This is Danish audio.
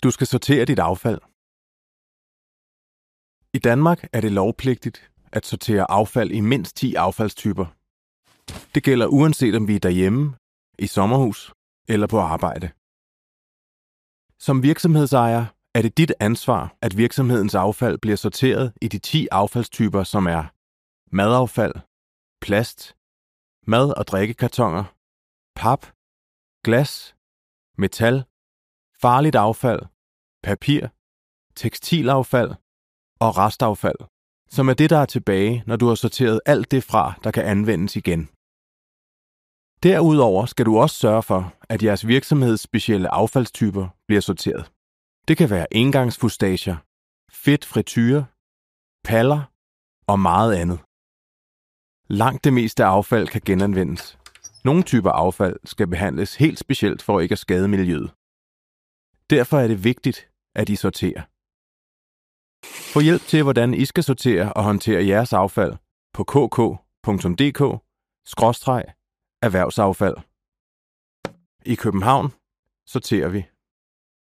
Du skal sortere dit affald. I Danmark er det lovpligtigt at sortere affald i mindst 10 affaldstyper. Det gælder uanset om vi er derhjemme, i sommerhus eller på arbejde. Som virksomhedsejer er det dit ansvar, at virksomhedens affald bliver sorteret i de 10 affaldstyper, som er madaffald, plast, mad- og drikkekartoner, pap, glas, metal, farligt affald, papir, tekstilaffald og restaffald, som er det, der er tilbage, når du har sorteret alt det fra, der kan anvendes igen. Derudover skal du også sørge for, at jeres virksomheds specielle affaldstyper bliver sorteret. Det kan være engangsfustager, fedt friture, paller og meget andet. Langt det meste affald kan genanvendes. Nogle typer affald skal behandles helt specielt for ikke at skade miljøet. Derfor er det vigtigt, at I sorterer. Få hjælp til, hvordan I skal sortere og håndtere jeres affald på kk.dk/erhvervsaffald. I København sorterer vi